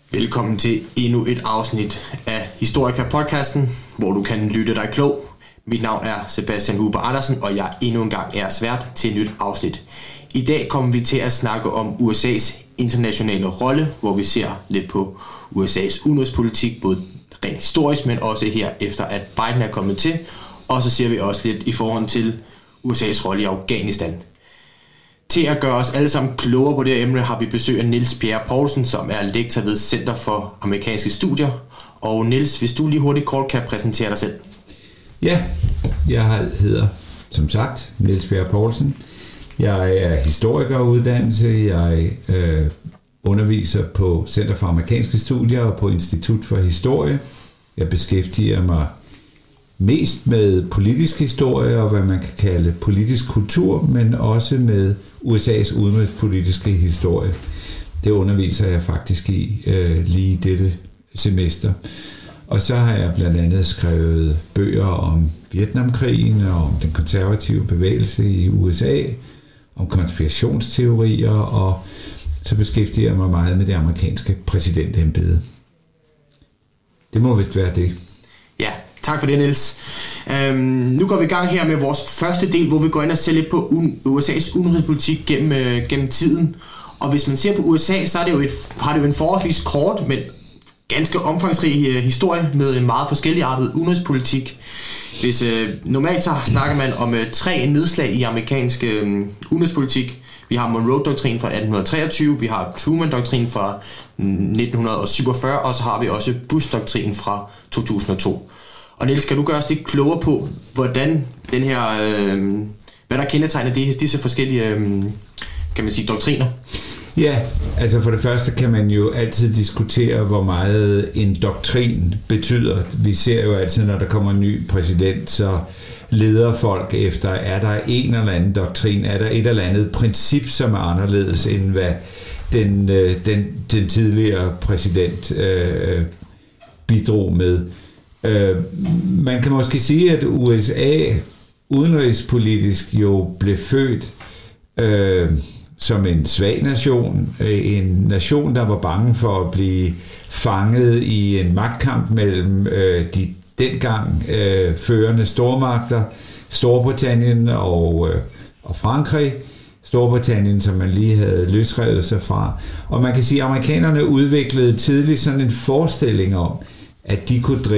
Velkommen til endnu et afsnit af Historica-podcasten, hvor du kan lytte dig klog. Mit navn er Sebastian Huber Andersen, og jeg endnu en gang er svært til et nyt afsnit. I dag kommer vi til at snakke om USA's internationale rolle, hvor vi ser lidt på USA's udenrigspolitik, både rent historisk, men også her efter at Biden er kommet til. Og så ser vi også lidt i forhold til USA's rolle i Afghanistan. Til at gøre os alle sammen klogere på det her emne, har vi besøg af Niels Bjerre Poulsen, som er lektor ved Center for Amerikanske Studier. Og Niels, hvis du lige hurtigt kort kan præsentere dig selv. Ja, jeg hedder som sagt Niels Bjerre Poulsen. Jeg er historiker af uddannelse. Jeg underviser på Center for Amerikanske Studier og på Institut for Historie. Jeg beskæftiger mig mest med politisk historie og hvad man kan kalde politisk kultur, men også med USA's udenrigspolitiske historie. Det underviser jeg faktisk i lige dette semester. Og så har jeg blandt andet skrevet bøger om Vietnamkrigen og om den konservative bevægelse i USA, om konspirationsteorier, og så beskæftiger jeg mig meget med det amerikanske præsidentembede. Det må vist være det. Ja, tak for det, Niels. Nu går vi i gang her med vores første del, hvor vi går ind og ser lidt på USA's udenrigspolitik gennem tiden. Og hvis man ser på USA, så har det jo en forholdsvis kort, men ganske omfangsrig historie med en meget forskelligartet udenrigspolitik. Normalt så snakker man om 3 nedslag i amerikansk udenrigspolitik. Vi har Monroe-doktrinen fra 1823, vi har Truman-doktrinen fra 1947, og så har vi også Bush-doktrinen fra 2002. Og Niels, kan du gøre os lidt klogere på, hvordan den her, hvad der kendetegner disse forskellige, kan man sige, doktriner? Ja, altså for det første kan man jo altid diskutere, hvor meget en doktrin betyder. Vi ser jo altid, når der kommer en ny præsident, så leder folk efter, er der en eller anden doktrin, er der et eller andet princip, som er anderledes, end hvad den tidligere præsident bidrog med. Man kan måske sige, at USA udenrigspolitisk jo blev født som en svag nation, en nation, der var bange for at blive fanget i en magtkamp mellem de dengang førende stormagter, Storbritannien og Frankrig. Storbritannien, som man lige havde løsrevet sig fra. Og man kan sige, at amerikanerne udviklede tidligt sådan en forestilling om, at de kunne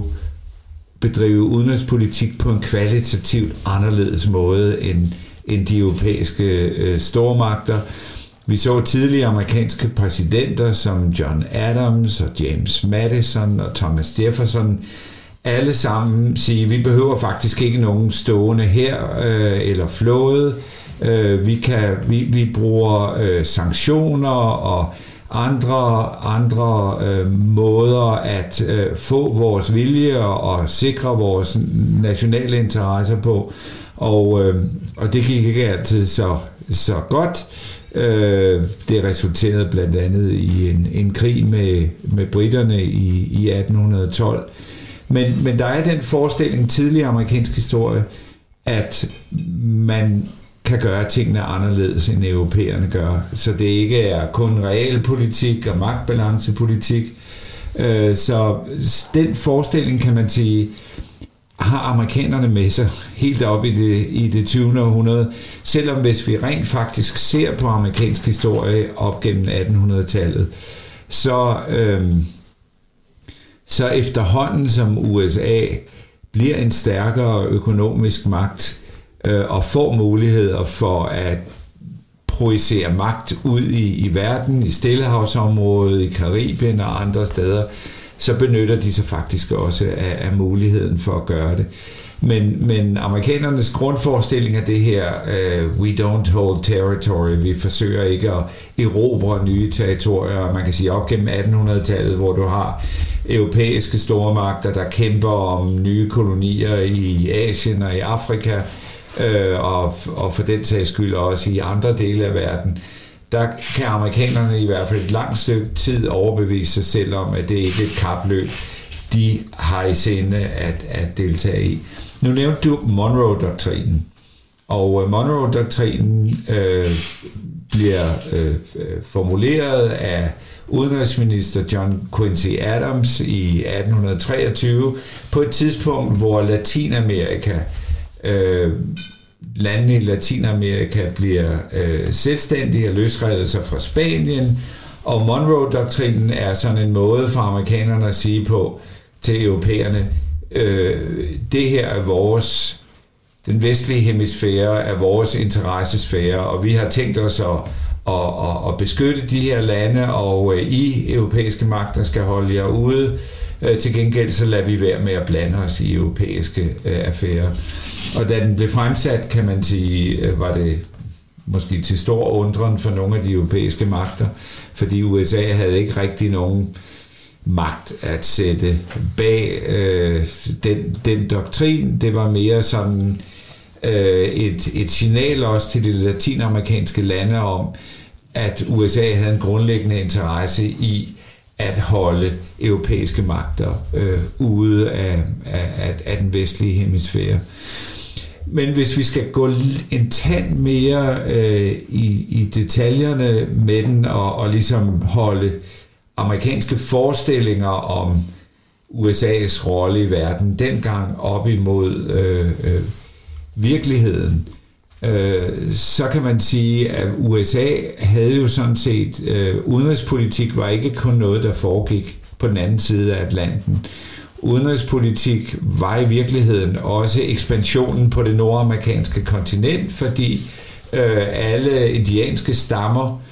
bedrive udenrigspolitik på en kvalitativt anderledes måde end de europæiske stormagter. Vi så tidligere amerikanske præsidenter som John Adams og James Madison og Thomas Jefferson alle sammen sige, at vi behøver faktisk ikke nogen stående hær eller flåde. Vi bruger sanktioner og andre måder at få vores vilje og sikre vores nationale interesser på. Og det gik ikke altid så godt. Det resulterede blandt andet i en krig med briterne i 1812. Men der er den forestilling tidligere amerikansk historie, at man kan gøre tingene anderledes, end europæerne gør. Så det ikke er kun realpolitik og magtbalancepolitik. Så den forestilling, kan man sige, har amerikanerne med sig helt op i det 20. århundrede, selvom hvis vi rent faktisk ser på amerikansk historie op gennem 1800-tallet, så efterhånden som USA bliver en stærkere økonomisk magt og får muligheder for at projicere magt ud i verden, i Stillehavsområdet, i Karibien og andre steder, så benytter de sig faktisk også af muligheden for at gøre det. Men amerikanernes grundforestilling af det her, we don't hold territory, vi forsøger ikke at erobre nye territorier, man kan sige op gennem 1800-tallet, hvor du har europæiske stormagter, der kæmper om nye kolonier i Asien og i Afrika, og for den sags skyld også i andre dele af verden. Der kan amerikanerne i hvert fald et langt stykke tid overbevise sig selv om, at det ikke er et kapløb, de har i sinde at deltage i. Nu nævnte du Monroe-doktrinen, og Monroe-doktrinen bliver formuleret af udenrigsminister John Quincy Adams i 1823, på et tidspunkt, hvor Latinamerika, landene i Latinamerika bliver selvstændige og løsrevet sig fra Spanien, og Monroe-doktrinen er sådan en måde for amerikanerne at sige på til europæerne, det her er vores, den vestlige hemisfære er vores interessesfære, og vi har tænkt os at beskytte de her lande, og I europæiske magter skal holde jer ude. Til gengæld så lader vi være med at blande os i europæiske affærer. Og da den blev fremsat, kan man sige, var det måske til stor undren for nogle af de europæiske magter, fordi USA havde ikke rigtig nogen magt at sætte bag den doktrin. Det var mere sådan et signal også til de latinamerikanske lande om, at USA havde en grundlæggende interesse i at holde europæiske magter ude af den vestlige hemisfære. Men hvis vi skal gå en tand mere i detaljerne med den, og ligesom holde amerikanske forestillinger om USA's rolle i verden dengang op imod virkeligheden, så kan man sige, at USA havde jo sådan set, udenrigspolitik var ikke kun noget, der foregik på den anden side af Atlanten. Udenrigspolitik var i virkeligheden også ekspansionen på det nordamerikanske kontinent, fordi alle indianske stammer,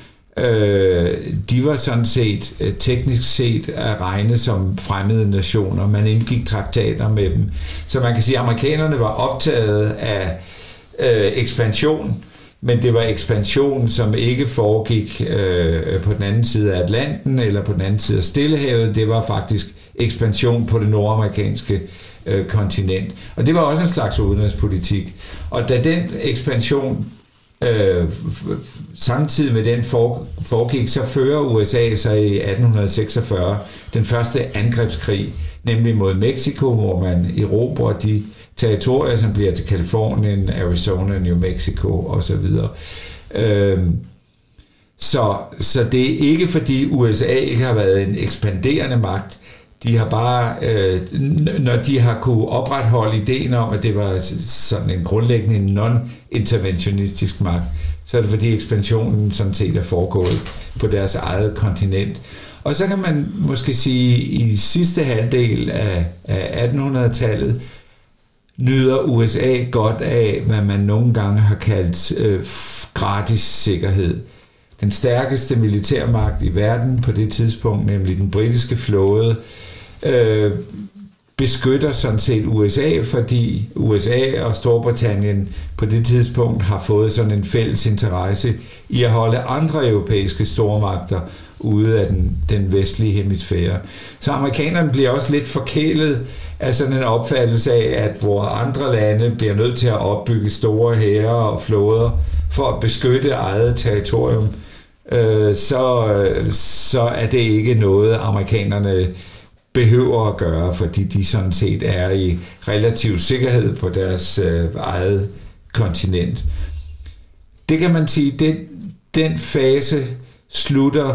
de var sådan set teknisk set at regne som fremmede nationer. Man indgik traktater med dem. Så man kan sige, at amerikanerne var optaget af ekspansion, men det var ekspansion, som ikke foregik på den anden side af Atlanten eller på den anden side af Stillehavet. Det var faktisk ekspansion på det nordamerikanske kontinent. Og det var også en slags udenrigspolitik. Og da den ekspansion samtidig med den foregik, så fører USA sig i 1846 den første angrebskrig, nemlig mod Mexico, hvor man erobrer de territorier, som bliver til Californien, Arizona, New Mexico osv. Så det er ikke fordi USA ikke har været en ekspanderende magt. De har bare, når de har kunne opretholde ideen om, at det var sådan en grundlæggende non-interventionistisk magt, så er det fordi ekspansionen sådan set er foregået på deres eget kontinent. Og så kan man måske sige, i sidste halvdel af 1800-tallet, nyder USA godt af, hvad man nogle gange har kaldt gratis sikkerhed. Den stærkeste militærmagt i verden på det tidspunkt, nemlig den britiske flåde, beskytter sådan set USA, fordi USA og Storbritannien på det tidspunkt har fået sådan en fælles interesse i at holde andre europæiske stormagter ude af den vestlige hemisfære. Så amerikanerne bliver også lidt forkælet af sådan en opfattelse af, at hvor andre lande bliver nødt til at opbygge store hære og flåder for at beskytte eget territorium, så er det ikke noget, amerikanerne behøver at gøre, fordi de sådan set er i relativ sikkerhed på deres eget kontinent. Det kan man sige, den fase slutter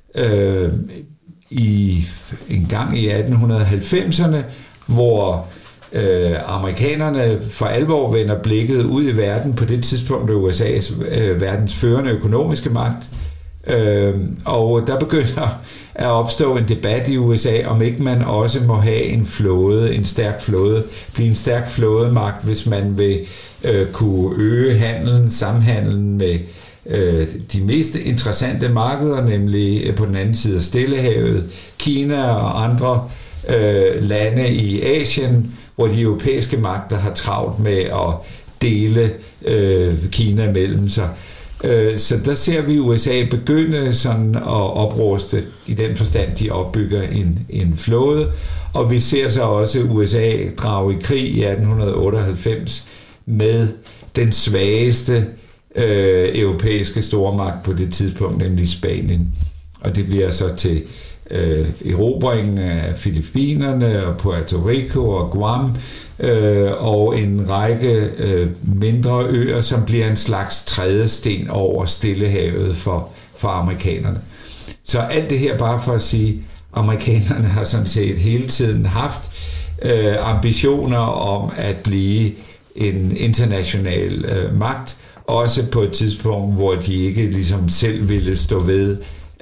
en gang i 1890'erne, hvor amerikanerne for alvor vender blikket ud i verden. På det tidspunkt er USA's verdens førende økonomiske magt, og der begynder at opstå en debat i USA, om ikke man også må have en flåde, en stærk flåde, blive en stærk flådemagt, hvis man vil kunne øge handelen, samhandlen med de mest interessante markeder, nemlig på den anden side af Stillehavet, Kina og andre lande i Asien, hvor de europæiske magter har travlt med at dele Kina mellem sig. Så der ser vi USA begynde sådan at opruste i den forstand, de opbygger en flåde, og vi ser så også USA drage i krig i 1898 med den svageste europæiske stormagt på det tidspunkt, nemlig Spanien. Og det bliver så til erobringen af Filippinerne og Puerto Rico og Guam og en række mindre øer, som bliver en slags trædesten over Stillehavet for amerikanerne. Så alt det her bare for at sige, amerikanerne har sådan set hele tiden haft ambitioner om at blive en international magt, også på et tidspunkt, hvor de ikke ligesom selv ville stå ved,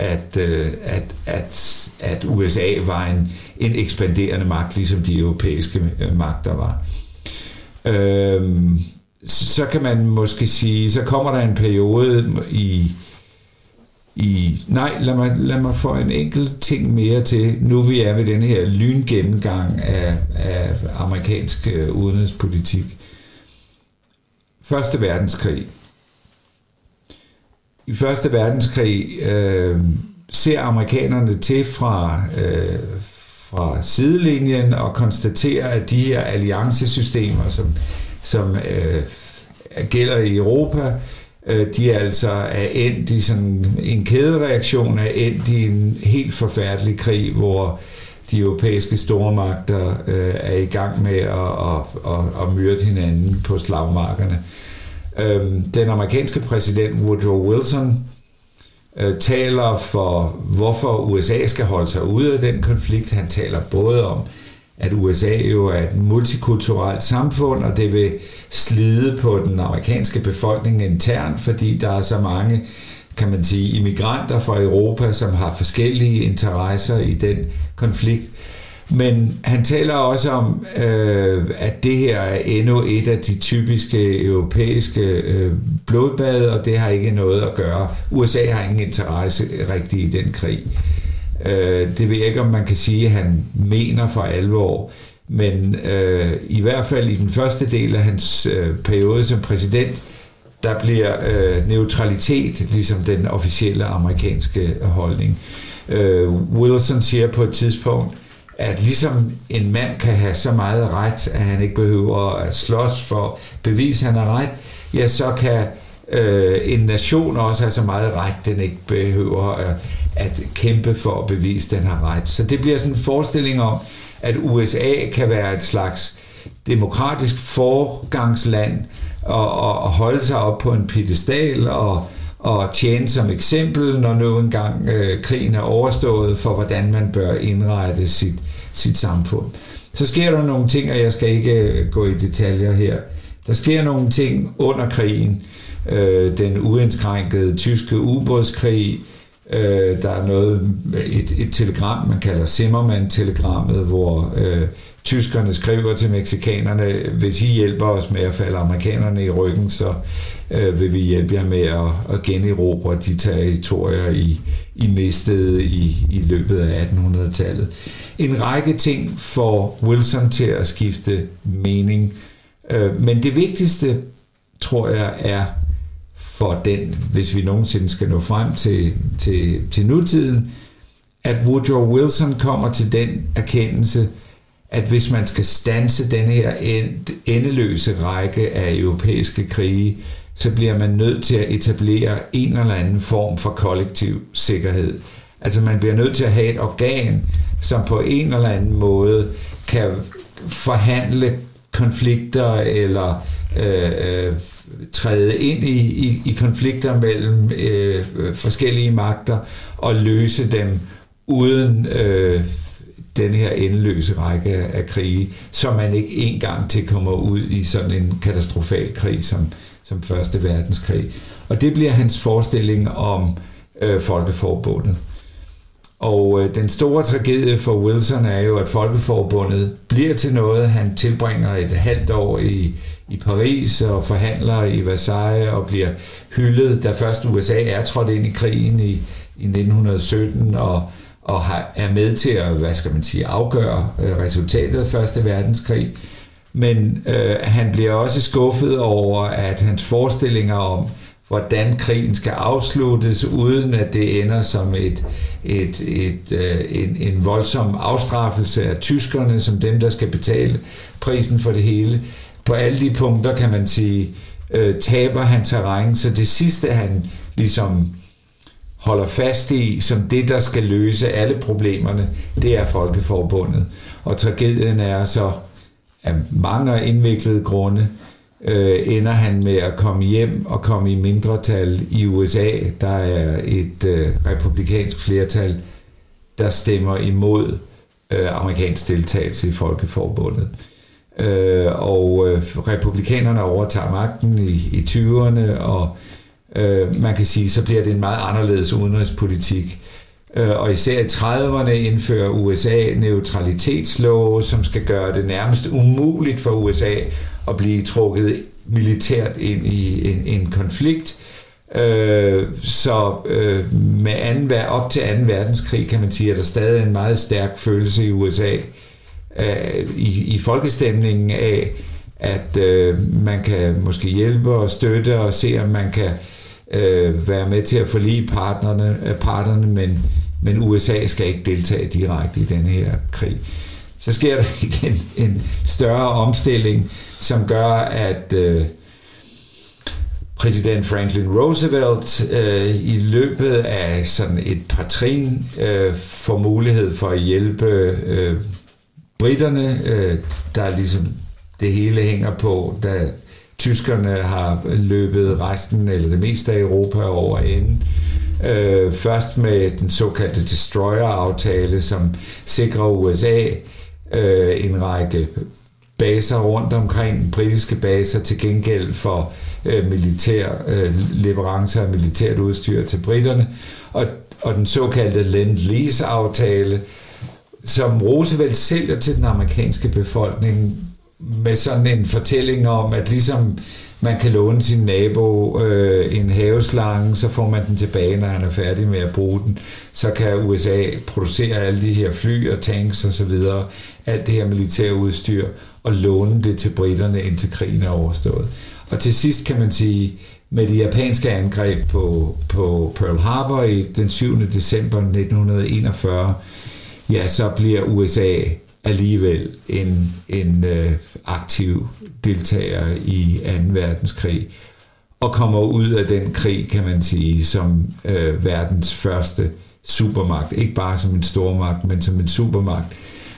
at USA var en ekspanderende magt, ligesom de europæiske magter var. Så kan man måske sige, så kommer der en periode lad mig få en enkelt ting mere til, nu vi er ved den her lyngennemgang af amerikansk udenrigspolitik. Første verdenskrig. I Første verdenskrig ser amerikanerne til fra sidelinjen og konstaterer, at de her alliancesystemer, som gælder i Europa, de altså er endt i sådan en kædereaktion, er endt i en helt forfærdelig krig, hvor de europæiske stormagter er i gang med at myrde hinanden på slagmarkerne. Den amerikanske præsident Woodrow Wilson taler for, hvorfor USA skal holde sig ude af den konflikt. Han taler både om, at USA jo er et multikulturelt samfund, og det vil slide på den amerikanske befolkning internt, fordi der er så mange, kan man sige, immigranter fra Europa, som har forskellige interesser i den konflikt. Men han taler også om, at det her er endnu et af de typiske europæiske blodbad, og det har ikke noget at gøre. USA har ingen interesse rigtig i den krig. Det ved jeg ikke, om man kan sige, at han mener for alvor, men i hvert fald i den første del af hans periode som præsident, der bliver neutralitet ligesom den officielle amerikanske holdning. Wilson siger på et tidspunkt, at ligesom en mand kan have så meget ret, at han ikke behøver at slås for at bevise, at han har ret, ja, så kan en nation også have så meget ret, den ikke behøver at kæmpe for at bevise, at den har ret. Så det bliver sådan en forestilling om, at USA kan være et slags demokratisk forgangsland og holde sig op på en piedestal og tjene som eksempel, når nu engang krigen er overstået, for hvordan man bør indrette sit samfund. Så sker der nogle ting, og jeg skal ikke gå i detaljer her. Der sker nogle ting under krigen. Den uindskrænkede tyske ubådskrig. Der er et telegram, man kalder Zimmermann-telegrammet, hvor tyskerne skriver til mexikanerne, hvis I hjælper os med at falde amerikanerne i ryggen, så vil vi hjælpe jer med at generobre de territorier, I mistede i løbet af 1800-tallet. En række ting får Wilson til at skifte mening, men det vigtigste, tror jeg, er for den, hvis vi nogensinde skal nå frem til nutiden, at Woodrow Wilson kommer til den erkendelse, at hvis man skal standse den her endeløse række af europæiske krige, så bliver man nødt til at etablere en eller anden form for kollektiv sikkerhed. Altså man bliver nødt til at have et organ, som på en eller anden måde kan forhandle konflikter eller træde ind i konflikter mellem forskellige magter og løse dem uden den her endeløse række af krige, så man ikke en gang til kommer ud i sådan en katastrofal krig som Første Verdenskrig. Og det bliver hans forestilling om Folkeforbundet. Og den store tragedie for Wilson er jo, at Folkeforbundet bliver til noget. Han tilbringer et halvt år i Paris og forhandler i Versailles og bliver hyldet, da først USA er trådt ind i krigen i 1917 og er med til at, afgøre resultatet af Første Verdenskrig. Men han bliver også skuffet over, at hans forestillinger om, hvordan krigen skal afsluttes, uden at det ender som en voldsom afstraffelse af tyskerne, som dem, der skal betale prisen for det hele. På alle de punkter, kan man sige, taber han terræn, så det sidste, han ligesom holder fast i, som det, der skal løse alle problemerne, det er Folkeforbundet. Og tragedien er så af mange indviklede grunde, ender han med at komme hjem og komme i mindretal i USA. Der er et republikansk flertal, der stemmer imod amerikansk deltagelse i Folkeforbundet. Og republikanerne overtager magten i 20'erne, og man kan sige, så bliver det en meget anderledes udenrigspolitik. Og især i 30'erne indfører USA neutralitetslove, som skal gøre det nærmest umuligt for USA at blive trukket militært ind i en konflikt. Så op til 2. verdenskrig, kan man sige, er der stadig en meget stærk følelse i USA i folkestemningen af, at man kan måske hjælpe og støtte og se, om man kan være med til at forlige parterne, men USA skal ikke deltage direkte i denne her krig. Så sker der igen en større omstilling, som gør, at præsident Franklin Roosevelt i løbet af sådan et par trin får mulighed for at hjælpe britterne, der ligesom det hele hænger på, da tyskerne har løbet resten eller det meste af Europa over ende. Først med den såkaldte Destroyer-aftale, som sikrer USA en række baser rundt omkring, britiske baser, til gengæld for leverancer af militært udstyr til britterne, og den såkaldte Lend-Lease-aftale, som Roosevelt sælger til den amerikanske befolkning med sådan en fortælling om, at ligesom man kan låne sin nabo en haveslange, så får man den tilbage, når han er færdig med at bruge den. Så kan USA producere alle de her fly og tanks og så videre, alt det her militære udstyr, og låne det til britterne, indtil krigen er overstået. Og til sidst kan man sige, med det japanske angreb på Pearl Harbor i den 7. december 1941, ja, så bliver USA alligevel en aktiv deltager i 2. verdenskrig, og kommer ud af den krig, kan man sige, som verdens første supermagt. Ikke bare som en stormagt, men som en supermagt.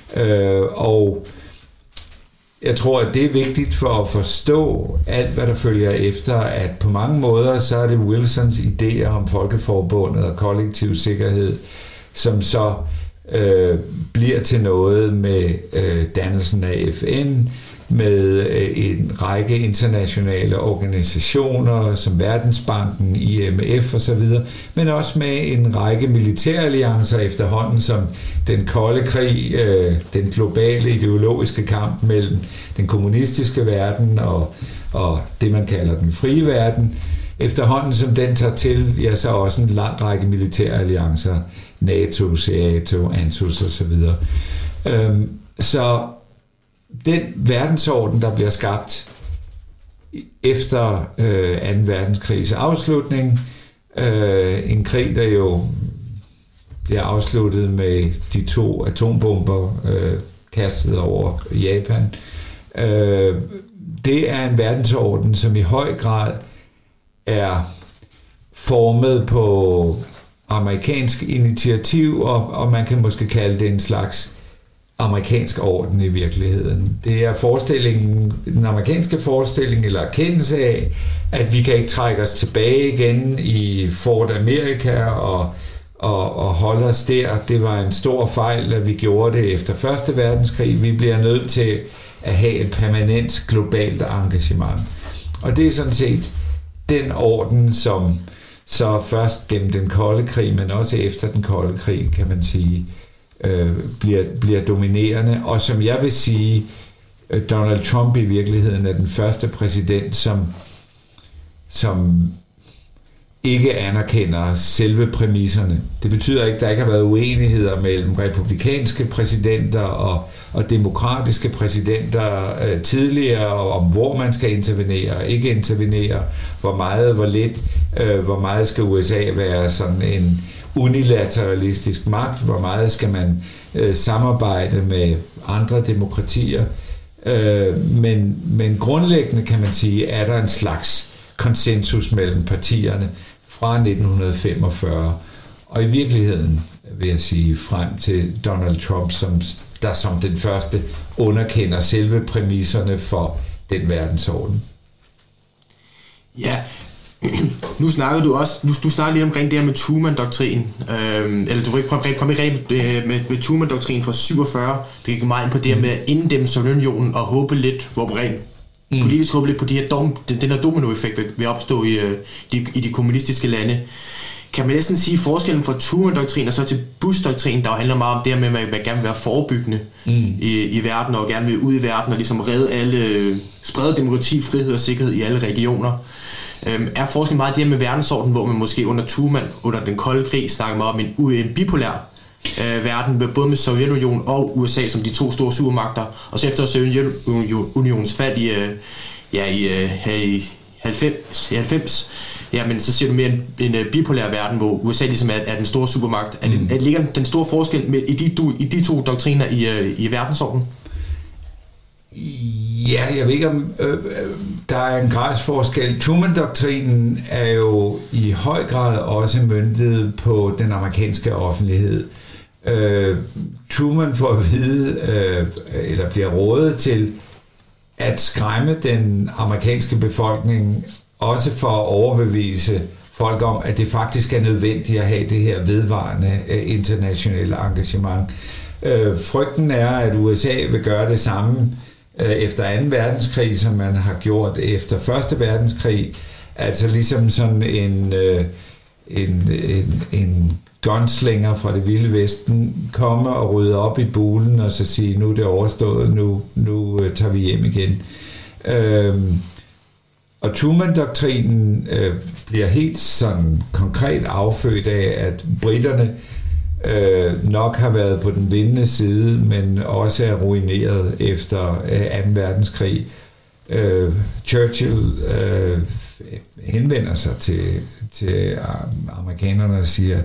Og jeg tror, at det er vigtigt for at forstå alt, hvad der følger efter, at på mange måder, så er det Wilsons idéer om Folkeforbundet og kollektiv sikkerhed, som så bliver til noget med dannelsen af FN, med en række internationale organisationer som Verdensbanken, IMF osv., men også med en række militæralliancer efterhånden, som den kolde krig, den globale ideologiske kamp mellem den kommunistiske verden og det, man kalder den frie verden. Efterhånden som den tager til, ja, så også en lang række militæralliancer, NATO, SEATO, ANZUS osv. Så den verdensorden, der bliver skabt efter 2. verdenskrigs afslutning, en krig, der jo bliver afsluttet med de 2 atombomber kastet over Japan, det er en verdensorden, som i høj grad er formet på amerikansk initiativ, og man kan måske kalde det en slags amerikansk orden i virkeligheden. Det er den amerikanske forestilling eller erkendelse af, at vi kan ikke trække os tilbage igen i Fort America og holde os der. Det var en stor fejl, at vi gjorde det efter 1. verdenskrig. Vi bliver nødt til at have et permanent globalt engagement. Og det er sådan set den orden, som så først gennem den kolde krig, men også efter den kolde krig, kan man sige, bliver dominerende, og som jeg vil sige, Donald Trump i virkeligheden er den første præsident, som ikke anerkender selve præmisserne. Det betyder ikke, at der ikke har været uenigheder mellem republikanske præsidenter og demokratiske præsidenter tidligere, om hvor man skal intervenere og ikke intervenere, hvor meget, hvor lidt, hvor meget skal USA være sådan en unilateralistisk magt, hvor meget skal man samarbejde med andre demokratier. Men grundlæggende kan man sige, er der en slags konsensus mellem partierne fra 1945, og i virkeligheden vil jeg sige frem til Donald Trump, der som den første underkender selve præmisserne for den verdensorden. Ja, nu snakkede du også, du snakkede lidt omkring det her med Truman-doktrinen, eller du kom ikke rent med Truman-doktrinen fra 47, det gik meget ind på det her med at inddæmme Sovjetunionen og håbe lidt, hvor rent politisk håbe lidt på de her den her dominoeffekt vil opstå i de kommunistiske lande. Kan man næsten sige forskellen fra Truman-doktrinen og så til Bush-doktrinen, der handler meget om det her med, at man gerne vil være forebyggende i verden, og gerne vil ud i verden og ligesom sprede demokrati, frihed og sikkerhed i alle regioner. Er forskellen meget det her med verdensordenen, hvor man måske under Truman, under den kolde krig, snakker meget om en bipolær verden, både med Sovjetunionen og USA som de to store supermagter, og så efter Sovjetunionens fald i 90, men så ser du mere en bipolær verden, hvor USA ligesom er den store supermagt. Ligger den store forskel i de to doktriner i verdensordenen? Ja, jeg ved ikke om der er en gradsforskel. Truman-doktrinen er jo i høj grad også møntet på den amerikanske offentlighed. Truman får at vide, eller bliver rådet til at skræmme den amerikanske befolkning, også for at overbevise folk om, at det faktisk er nødvendigt at have det her vedvarende internationale engagement. Frygten er, at USA vil gøre det samme efter 2. verdenskrig, som man har gjort efter 1. verdenskrig. Altså ligesom sådan en gunslinger fra det vilde vesten komme og rydde op i bulen og så sige, nu er det overstået, nu tager vi hjem igen. Og Truman-doktrinen bliver helt sådan konkret affødt af, at britterne nok har været på den vindende side, men også er ruineret efter 2. verdenskrig. Churchill henvender sig til amerikanerne og siger,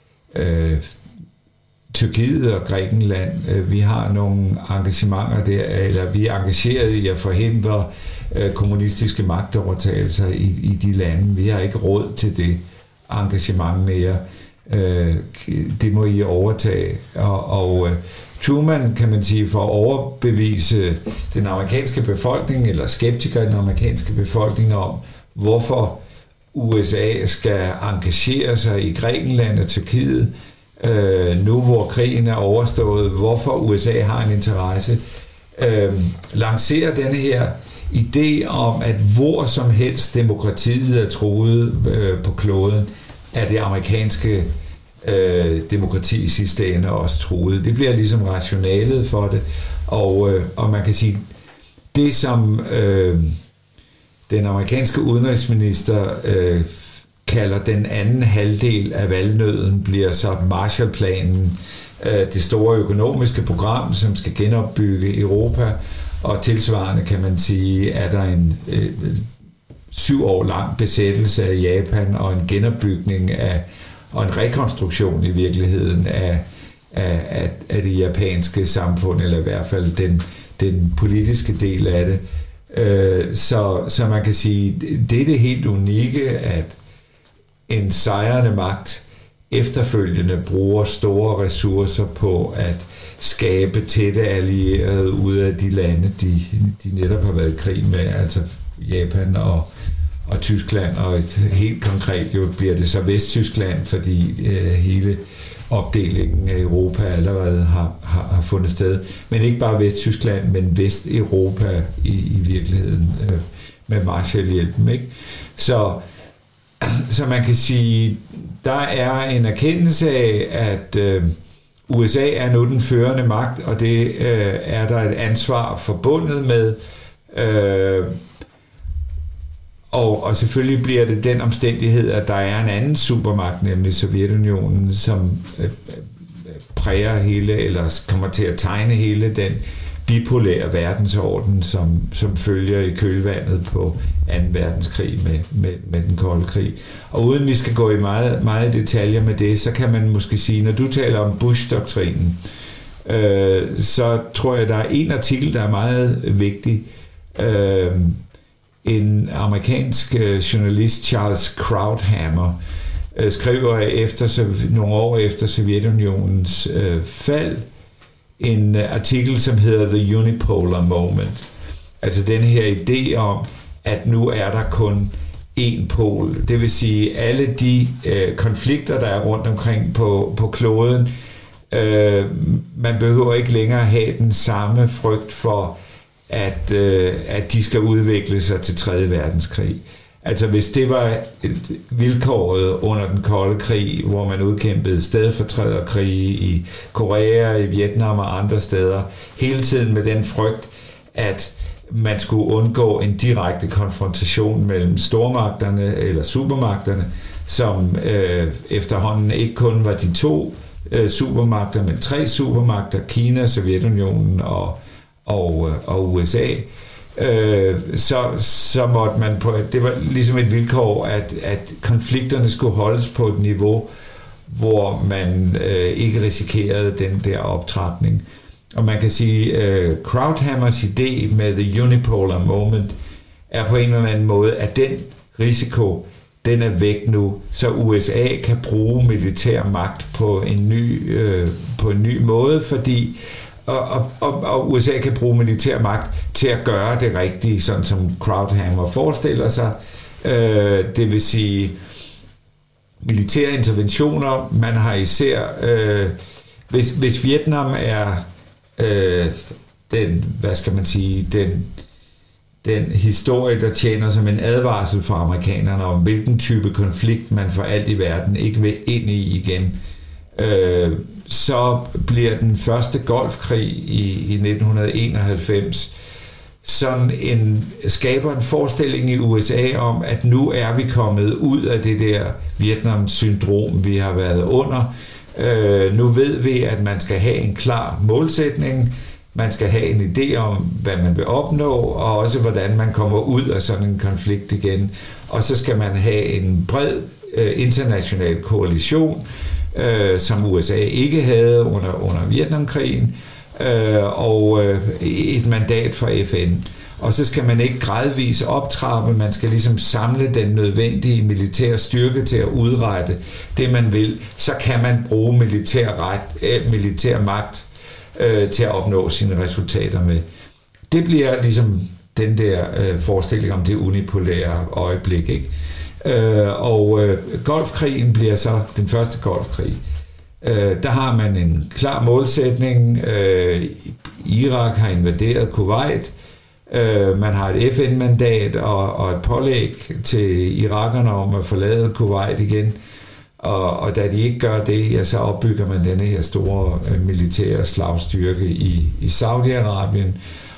Tyrkiet og Grækenland, vi har nogle engagementer der, eller vi er engageret i at forhindre kommunistiske magtovertagelser i de lande. Vi har ikke råd til det engagement mere. Det må I overtage. Og Truman, kan man sige, for at overbevise den amerikanske befolkning, eller skeptikere i den amerikanske befolkning om, hvorfor USA skal engagere sig i Grækenland og Tyrkiet, nu hvor krigen er overstået, hvorfor USA har en interesse, lancerer denne her idé om, at hvor som helst demokratiet er truet på kloden, er det amerikanske demokrati i sidste ende også truet. Det bliver ligesom rationalet for det, og man kan sige, det som den amerikanske udenrigsminister kalder den anden halvdel af valgnøden, bliver så Marshallplanen, det store økonomiske program, som skal genopbygge Europa, og tilsvarende kan man sige, at der en 7 år lang besættelse af Japan og en genopbygning og en rekonstruktion i virkeligheden af det japanske samfund, eller i hvert fald den politiske del af det. Så man kan sige, det er det helt unikke, at en sejrende magt efterfølgende bruger store ressourcer på at skabe tætte allierede ud af de lande, de netop har været i krig med, altså Japan og Tyskland, og helt konkret jo bliver det så Vesttyskland, fordi hele opdelingen af Europa allerede har fundet sted. Men ikke bare Vesttyskland, men Vesteuropa i virkeligheden med Marshallhjælpen, ikke? Så man kan sige, der er en erkendelse af, at USA er nu den førende magt, og det er der et ansvar forbundet med. Og selvfølgelig bliver det den omstændighed, at der er en anden supermagt, nemlig Sovjetunionen, som præger hele, eller kommer til at tegne hele den bipolære verdensorden, som følger i kølvandet på 2. verdenskrig med den kolde krig. Og uden vi skal gå i meget, meget detaljer med det, så kan man måske sige, når du taler om Bush-doktrinen, så tror jeg, der er en artikel, der er meget vigtig. En amerikansk journalist, Charles Krauthammer, skriver nogle år efter Sovjetunionens fald, en artikel, som hedder The Unipolar Moment. Altså den her idé om, at nu er der kun en pol. Det vil sige, alle de konflikter, der er rundt omkring på kloden, man behøver ikke længere have den samme frygt for, at de skal udvikle sig til 3. verdenskrig. Altså hvis det var vilkåret under den kolde krig, hvor man udkæmpede stedfortræderkrige i Korea, i Vietnam og andre steder, hele tiden med den frygt, at man skulle undgå en direkte konfrontation mellem stormagterne eller supermagterne, som efterhånden ikke kun var de 2 supermagter, men 3 supermagter, Kina, Sovjetunionen og USA. Så måtte man det var ligesom et vilkår, at konflikterne skulle holdes på et niveau, hvor man ikke risikerede den der optrapning. Og man kan sige, Krauthammers idé med The Unipolar Moment er på en eller anden måde, at den risiko, den er væk nu, så USA kan bruge militær magt på en ny måde, fordi og USA kan bruge militær magt til at gøre det rigtige, sådan som Krauthammer forestiller sig. Det vil sige militære interventioner. Man har især, hvis Vietnam er den historie, der tjener som en advarsel for amerikanerne om, hvilken type konflikt man for alt i verden ikke vil ind i igen, så bliver den første Golfkrig i 1991 sådan skaber en forestilling i USA om, at nu er vi kommet ud af det der Vietnam-syndrom, vi har været under. Nu ved vi, at man skal have en klar målsætning, man skal have en idé om, hvad man vil opnå, og også hvordan man kommer ud af sådan en konflikt igen. Og så skal man have en bred international koalition, som USA ikke havde under Vietnamkrigen, og et mandat fra FN. Og så skal man ikke gradvis optrappe, man skal ligesom samle den nødvendige militære styrke til at udrette det, man vil. Så kan man bruge militær magt til at opnå sine resultater med. Det bliver ligesom den der forestilling om det unipolære øjeblik, ikke? Golfkrigen bliver så den første Golfkrig. Der har man en klar målsætning. Irak har invaderet Kuwait. Man har et FN-mandat og et pålæg til irakerne om at forlade Kuwait igen. Og da de ikke gør det, ja, så opbygger man denne her store militære slagstyrke i Saudi-Arabien,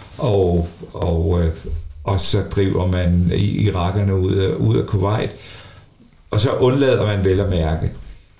og så driver man irakerne ud af Kuwait. Og så undlader man vel at mærke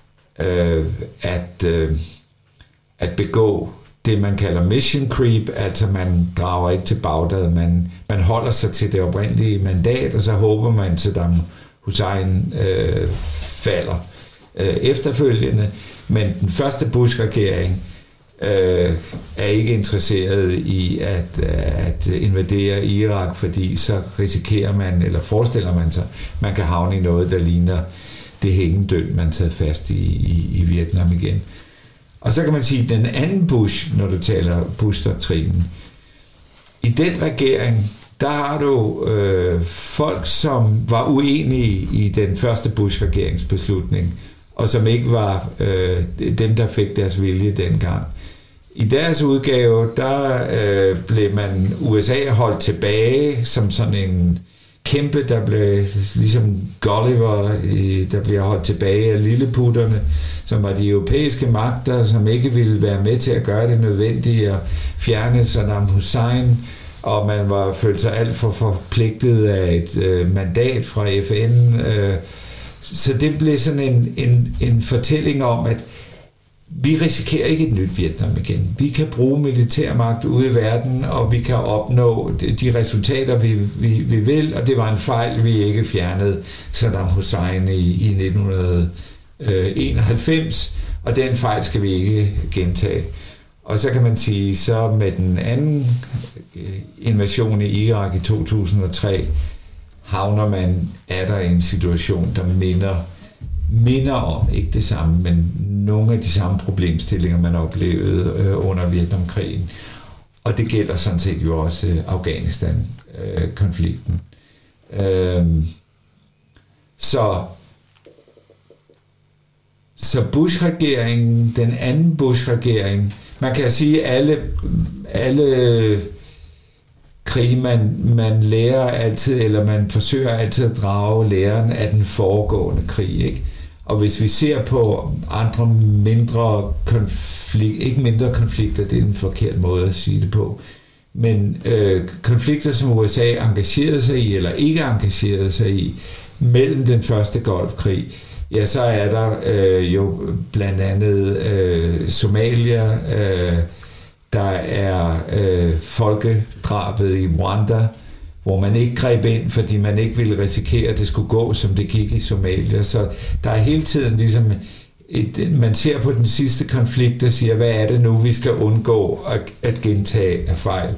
at begå det, man kalder mission creep, altså man drager ikke til Bagdad, man holder sig til det oprindelige mandat, og så håber man, at Saddam Hussein falder efterfølgende. Men den første Bush-regering er ikke interesseret i at invadere Irak, fordi så risikerer man, eller forestiller man sig, man kan havne i noget, der ligner det hængedøn, man sad fast i Vietnam igen. Og så kan man sige, at den anden Bush, når du taler Bush-doktrinen, i den regering, der har du folk, som var uenige i den første Bush-regerings beslutning, og som ikke var dem, der fik deres vilje dengang. I deres udgave, der blev USA holdt tilbage som sådan en kæmpe, der blev ligesom Gulliver, der bliver holdt tilbage af lilleputterne, som var de europæiske magter, som ikke ville være med til at gøre det nødvendige at fjerne Saddam Hussein, og man følte sig alt for forpligtet af et mandat fra FN. Så det blev sådan en fortælling om, at vi risikerer ikke et nyt Vietnam igen. Vi kan bruge militærmagt ude i verden, og vi kan opnå de resultater, vi vil, og det var en fejl, vi ikke fjernede Saddam Hussein i 1991, og den fejl skal vi ikke gentage. Og så kan man sige, så med den anden invasion i Irak i 2003, havner man der i en situation, der minder om, ikke det samme, men nogle af de samme problemstillinger, man oplevede under Vietnamkrigen. Og det gælder sådan set jo også Afghanistan-konflikten. Så Bush-regeringen, den anden Bush-regering, man kan sige, alle krige, man lærer altid, eller man forsøger altid at drage læren af den foregående krig, ikke? Og hvis vi ser på andre mindre ikke mindre konflikter, det er en forkert måde at sige det på, men konflikter, som USA engagerede sig i, eller ikke engagerede sig i, mellem den første Golfkrig, ja, så er der jo blandt andet Somalia, der er folkedrabet i Rwanda, hvor man ikke greb ind, fordi man ikke ville risikere, at det skulle gå, som det gik i Somalia. Så der er hele tiden ligesom man ser på den sidste konflikt og siger, hvad er det nu, vi skal undgå at gentage af fejl.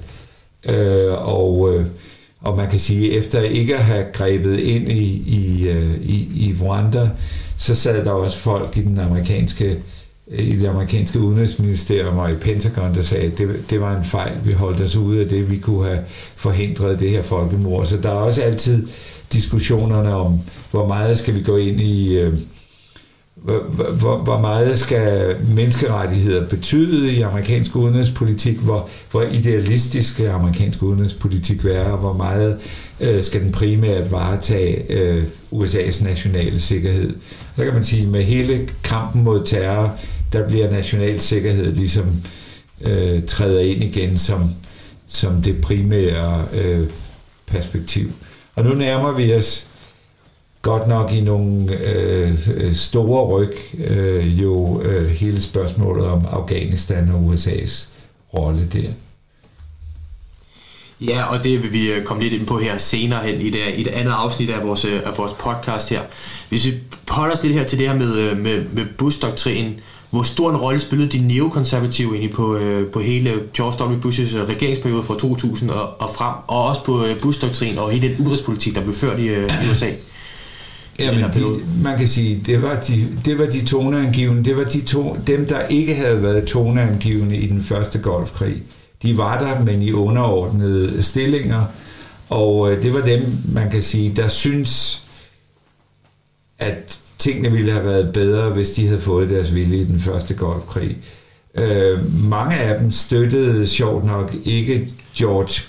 Og man kan sige, efter ikke at have grebet ind i Rwanda, så sad der også folk i det amerikanske udenrigsministerium og i Pentagon, der sagde, at det var en fejl, vi holdt os ude af det, vi kunne have forhindret det her folkemord. Så der er også altid diskussionerne om, hvor meget skal vi gå ind i, hvor meget skal menneskerettigheder betyde i amerikansk udenrigspolitik, hvor idealistisk skal amerikansk udenrigspolitik være, og hvor meget skal den primært varetage USA's nationale sikkerhed. Så kan man sige, med hele kampen mod terror, der bliver national sikkerhed ligesom træder ind igen som det primære perspektiv. Og nu nærmer vi os godt nok i nogle store ryg hele spørgsmålet om Afghanistan og USA's rolle der. Ja, og det vil vi komme lidt ind på her senere hen i et andet afsnit af vores podcast her. Hvis vi holder os lidt her til det her med Bush-doktrinen, hvor stor en rolle spillede de neokonservative egentlig på hele George W. Bush's regeringsperiode fra 2000 og frem, og også på Bush-doktrinen og hele den udenrigspolitik, der blev ført i USA? Jamen, man kan sige, det var de toneangivende, det var dem, der ikke havde været toneangivende i den første Golfkrig. De var der, men i underordnede stillinger, og det var dem, man kan sige, der synes, at tingene ville have været bedre, hvis de havde fået deres vilje i den første Golfkrig. Mange af dem støttede sjovt nok ikke George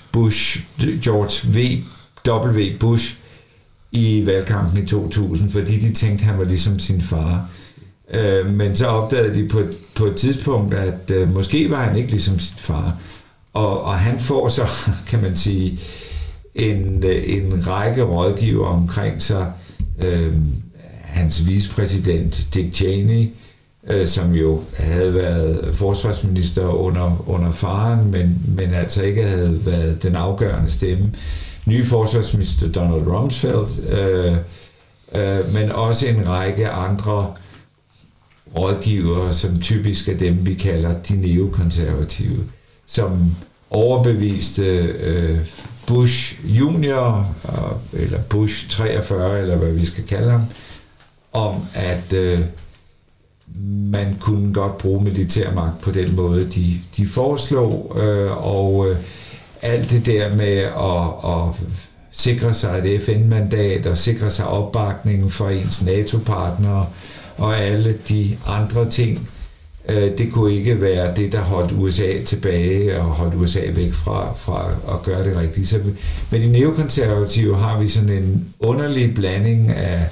W. Bush i valgkampen i 2000, fordi de tænkte, han var ligesom sin far. Men så opdagede de på et tidspunkt, at måske var han ikke ligesom sin far. Og han får så, kan man sige, en række rådgiver omkring sig. Hans vicepræsident Dick Cheney, som jo havde været forsvarsminister under faren, men altså ikke havde været den afgørende stemme. Nye forsvarsminister Donald Rumsfeld, men også en række andre rådgivere, som typisk er dem, vi kalder de neokonservative, som overbeviste Bush Junior, eller Bush 43, eller hvad vi skal kalde ham, om at man kunne godt bruge militærmagt på den måde, de foreslog, og alt det der med at sikre sig et FN-mandat og sikre sig opbakningen for ens NATO-partnere og alle de andre ting, det kunne ikke være det, der holdt USA tilbage og holdt USA væk fra at gøre det rigtigt. Så med de neokonservative har vi sådan en underlig blanding af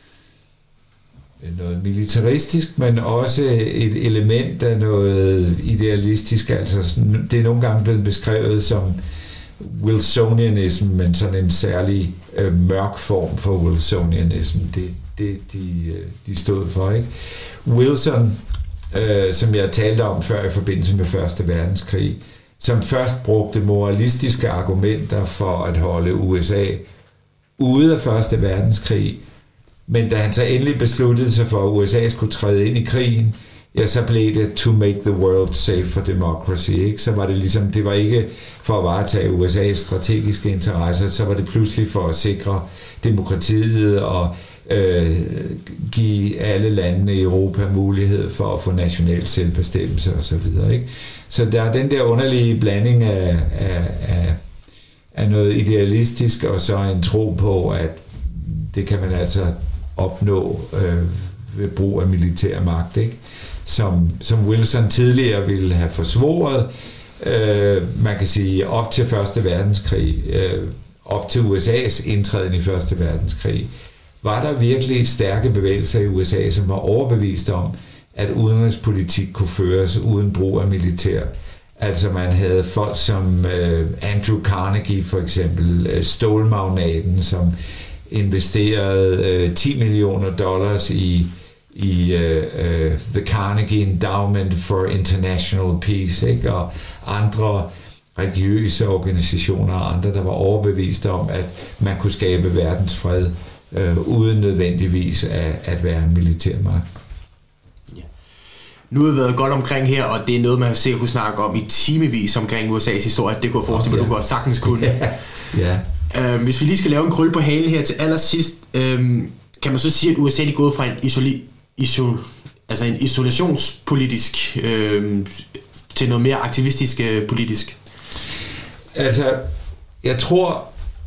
noget militaristisk, men også et element af noget idealistisk. Altså det er nogle gange blevet beskrevet som Wilsonianism, men sådan en særlig mørk form for Wilsonianism. Det de stod for, ikke? Wilson, som jeg talte om før i forbindelse med Første Verdenskrig, som først brugte moralistiske argumenter for at holde USA ude af Første Verdenskrig, men da han så endelig besluttede sig for, at USA skulle træde ind i krigen, ja, så blev det to make the world safe for democracy, ikke? Så var det ligesom, det var ikke for at varetage USA's strategiske interesser, så var det pludselig for at sikre demokratiet og give alle landene i Europa mulighed for at få national selvbestemmelse og så videre, ikke? Så der er den der underlige blanding af noget idealistisk og så en tro på, at det kan man altså opnå ved brug af militær magt, ikke? Som Wilson tidligere ville have forsvoret, man kan sige op til Første Verdenskrig, op til USA's indtræden i Første Verdenskrig, var der virkelig stærke bevægelser i USA, som var overbevist om, at udenrigspolitik kunne føres uden brug af militær. Altså man havde folk som Andrew Carnegie for eksempel, stålmagnaten, som investerede $10 million i The Carnegie Endowment for International Peace, ikke? Og andre religiøse organisationer og andre, der var overbevist om, at man kunne skabe verdensfred uden nødvendigvis at være en militærmagt. Ja. Nu har vi været godt omkring her, og det er noget, man sikkert kunne snakke om i timevis omkring USA's historie. Det kunne jeg forestille mig, du godt sagtens kunne. Ja. Hvis vi lige skal lave en krølle på halen her til allersidst, kan man så sige, at USA er gået fra en isolationspolitisk til noget mere aktivistisk politisk? Altså, jeg tror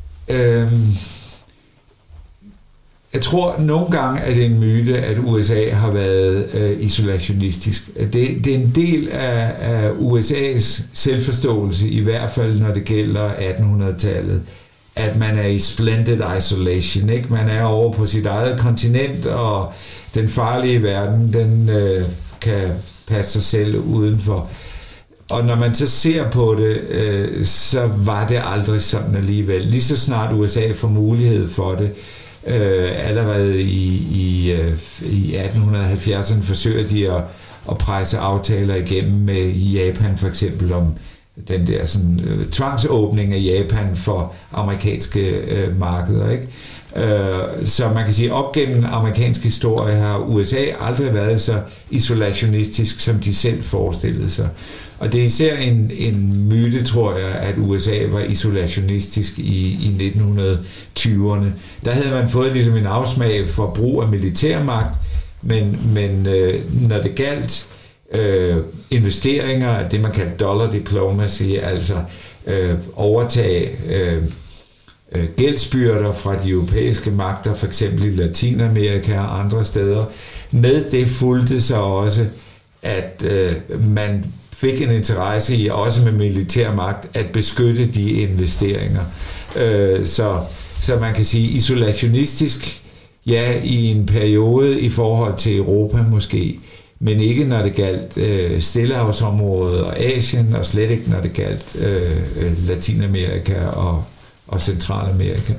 nogle gange, at det er en myte, at USA har været isolationistisk. Det er en del af USA's selvforståelse, i hvert fald når det gælder 1800-tallet, at man er i splendid isolation, ikke? Man er over på sit eget kontinent, og den farlige verden, den kan passe sig selv udenfor. Og når man så ser på det, så var det aldrig sådan alligevel. Lige så snart USA får mulighed for det, allerede i 1870'erne forsøger de at presse aftaler igennem med Japan for eksempel om den der sådan, tvangsåbning af Japan for amerikanske markeder, ikke? Så man kan sige, op gennem amerikansk historie har USA aldrig været så isolationistisk, som de selv forestillede sig. Og det er især en myte, tror jeg, at USA var isolationistisk i 1920'erne. Der havde man fået ligesom en afsmag for brug af militærmagt, men når det galt investeringer, det man kalder dollar diplomacy, altså overtage gældsbyrder fra de europæiske magter, for eksempel i Latinamerika og andre steder. Med det fulgte så også, at man fik en interesse i, også med militær magt, at beskytte de investeringer. Så man kan sige isolationistisk, ja, i en periode i forhold til Europa måske, men ikke når det galt Stillehavsområdet og Asien, og slet ikke når det galt Latinamerika og Centralamerika.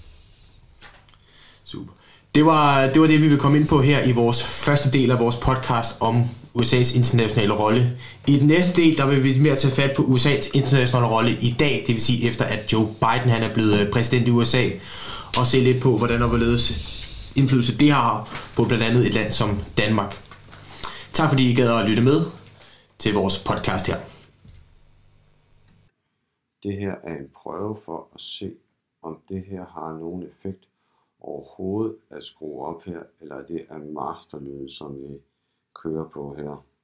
Super. Det var det, vi ville komme ind på her i vores første del af vores podcast om USA's internationale rolle. I den næste del, der vil vi mere tage fat på USA's internationale rolle i dag, det vil sige efter at Joe Biden han er blevet præsident i USA, og se lidt på, hvordan og hvorledes indflydelse det har på blandt andet et land som Danmark. Tak fordi I gad at lytte med til vores podcast her. Det her er en prøve for at se, om det her har nogen effekt overhovedet at skrue op her, eller det er masterlyden, som vi kører på her.